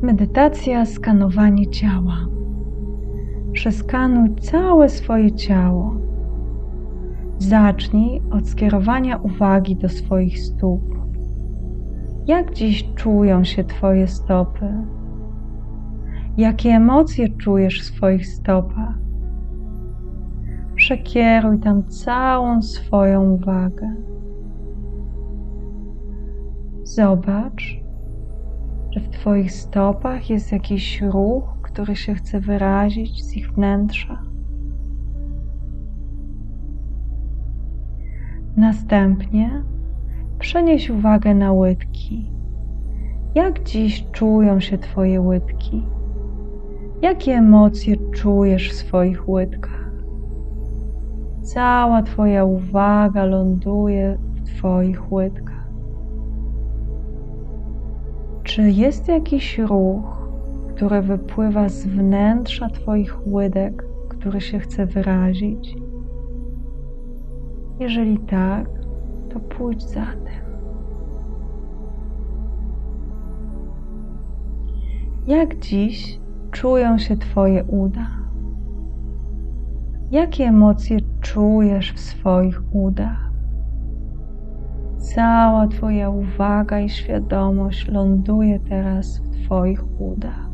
Medytacja, skanowanie ciała. Przeskanuj całe swoje ciało. Zacznij od skierowania uwagi do swoich stóp. Jak dziś czują się Twoje stopy? Jakie emocje czujesz w swoich stopach? Przekieruj tam całą swoją uwagę. Zobacz, że w Twoich stopach jest jakiś ruch, który się chce wyrazić z ich wnętrza. Następnie przenieś uwagę na łydki. Jak dziś czują się Twoje łydki? Jakie emocje czujesz w swoich łydkach? Cała Twoja uwaga ląduje w Twoich łydkach. Czy jest jakiś ruch, który wypływa z wnętrza Twoich łydek, który się chce wyrazić? Jeżeli tak, to pójdź za tym. Jak dziś czują się Twoje uda? Jakie emocje czujesz w swoich udach? Cała Twoja uwaga i świadomość ląduje teraz w Twoich udach.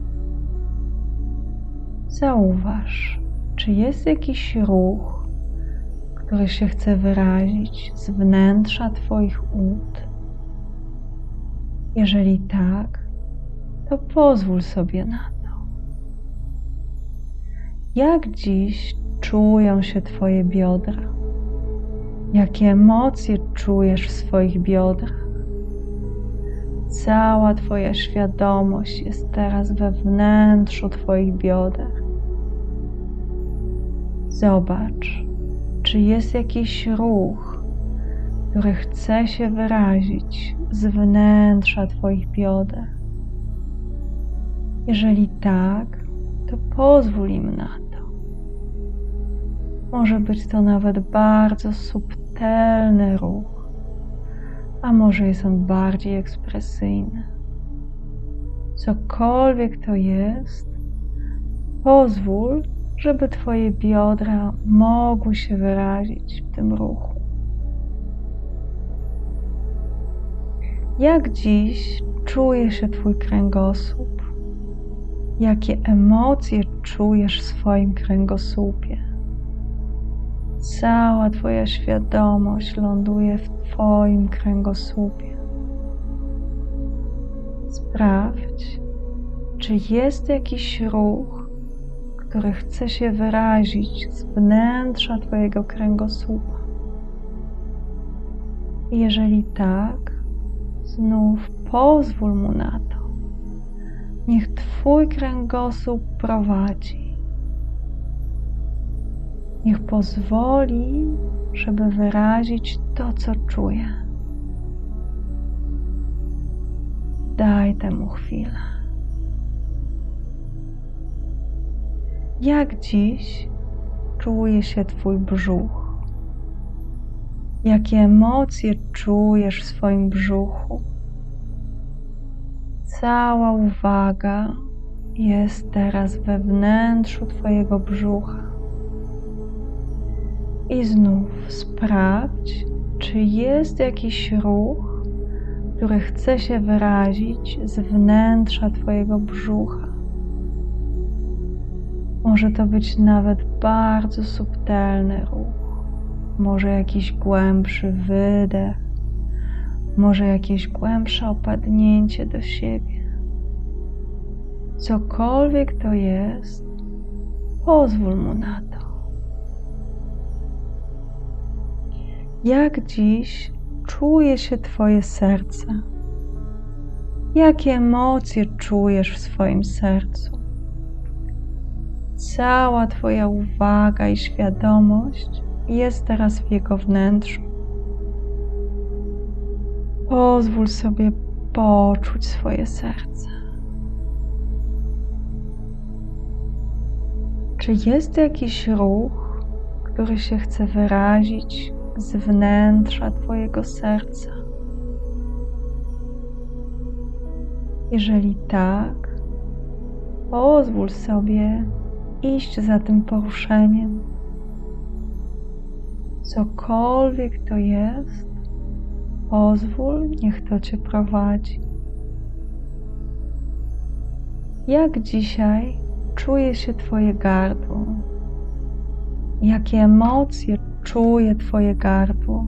Zauważ, czy jest jakiś ruch, który się chce wyrazić z wnętrza Twoich ud. Jeżeli tak, to pozwól sobie na to. Jak dziś czują się Twoje biodra? Jakie emocje czujesz w swoich biodrach? Cała Twoja świadomość jest teraz we wnętrzu Twoich bioder. Zobacz, czy jest jakiś ruch, który chce się wyrazić z wnętrza Twoich bioder. Jeżeli tak, to pozwól im na to. Może być to nawet bardzo subtelny ruch, a może jest on bardziej ekspresyjny. Cokolwiek to jest, pozwól, żeby Twoje biodra mogły się wyrazić w tym ruchu. Jak dziś czuje się Twój kręgosłup? Jakie emocje czujesz w swoim kręgosłupie? Cała Twoja świadomość ląduje w Twoim kręgosłupie. Sprawdź, czy jest jakiś ruch, który chce się wyrazić z wnętrza Twojego kręgosłupa. I jeżeli tak, znów pozwól mu na to. Niech Twój kręgosłup prowadzi. Niech pozwoli, żeby wyrazić to, co czuje. Daj temu chwilę. Jak dziś czuje się Twój brzuch? Jakie emocje czujesz w swoim brzuchu? Cała uwaga jest teraz we wnętrzu Twojego brzucha. I znów sprawdź, czy jest jakiś ruch, który chce się wyrazić z wnętrza Twojego brzucha. Może to być nawet bardzo subtelny ruch, może jakiś głębszy wydech, może jakieś głębsze opadnięcie do siebie. Cokolwiek to jest, pozwól mu na to. Jak dziś czuje się Twoje serce? Jakie emocje czujesz w swoim sercu? Cała Twoja uwaga i świadomość jest teraz w jego wnętrzu. Pozwól sobie poczuć swoje serce. Czy jest jakiś ruch, który się chce wyrazić z wnętrza Twojego serca? Jeżeli tak, pozwól sobie iść za tym poruszeniem. Cokolwiek to jest, pozwól, niech to Cię prowadzi. Jak dzisiaj czuje się Twoje gardło? Jakie emocje czuje Twoje gardło?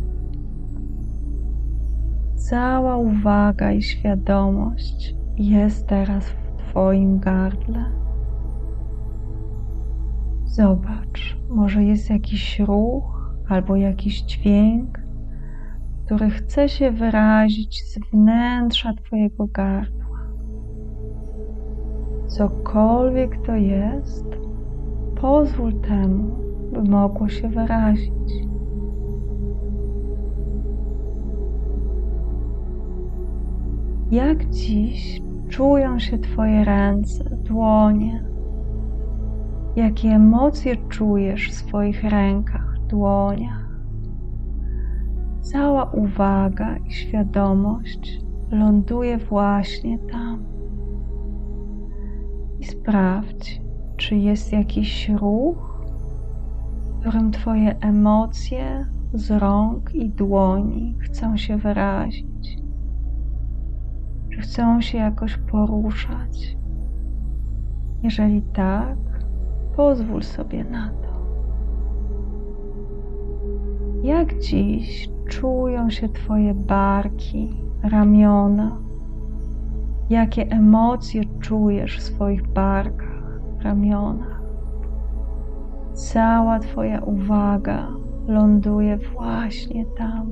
Cała uwaga i świadomość jest teraz w Twoim gardle. Zobacz, może jest jakiś ruch albo jakiś dźwięk, który chce się wyrazić z wnętrza Twojego gardła. Cokolwiek to jest, pozwól temu, by mogło się wyrazić. Jak dziś czują się Twoje ręce, dłonie? Jakie emocje czujesz w swoich rękach, dłoniach? Cała uwaga i świadomość ląduje właśnie tam. I sprawdź, czy jest jakiś ruch, którym Twoje emocje z rąk i dłoni chcą się wyrazić. Czy chcą się jakoś poruszać? Jeżeli tak, pozwól sobie na to. Jak dziś czują się Twoje barki, ramiona? Jakie emocje czujesz w swoich barkach, ramionach? Cała Twoja uwaga ląduje właśnie tam.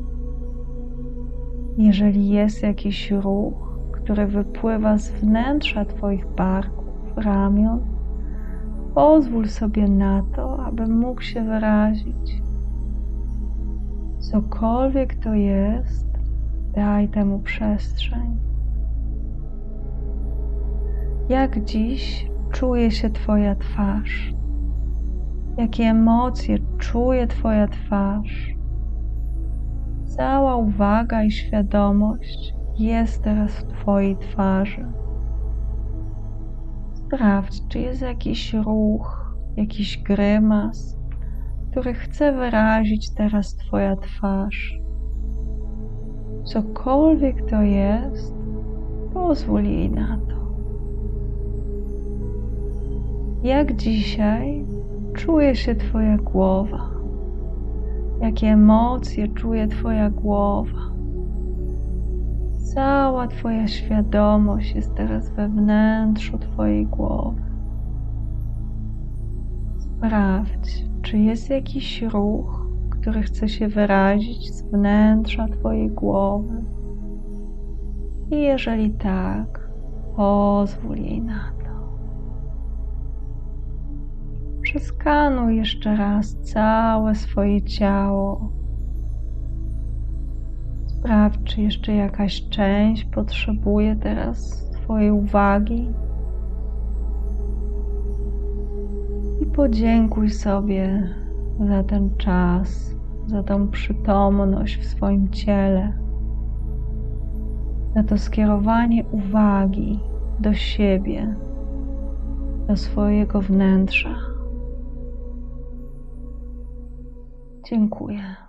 Jeżeli jest jakiś ruch, który wypływa z wnętrza Twoich barków, ramion, pozwól sobie na to, aby mógł się wyrazić. Cokolwiek to jest, daj temu przestrzeń. Jak dziś czuje się Twoja twarz? Jakie emocje czuje Twoja twarz? Cała uwaga i świadomość jest teraz w Twojej twarzy. Sprawdź, czy jest jakiś ruch, jakiś grymas, który chce wyrazić teraz Twoja twarz. Cokolwiek to jest, pozwól jej na to. Jak dzisiaj czuje się Twoja głowa? Jakie emocje czuje Twoja głowa? Cała Twoja świadomość jest teraz we wnętrzu Twojej głowy. Sprawdź, czy jest jakiś ruch, który chce się wyrazić z wnętrza Twojej głowy. I jeżeli tak, pozwól jej na to. Przeskanuj jeszcze raz całe swoje ciało. Sprawdź, czy jeszcze jakaś część potrzebuje teraz Twojej uwagi. I podziękuj sobie za ten czas, za tą przytomność w swoim ciele, za to skierowanie uwagi do siebie, do swojego wnętrza. Dziękuję.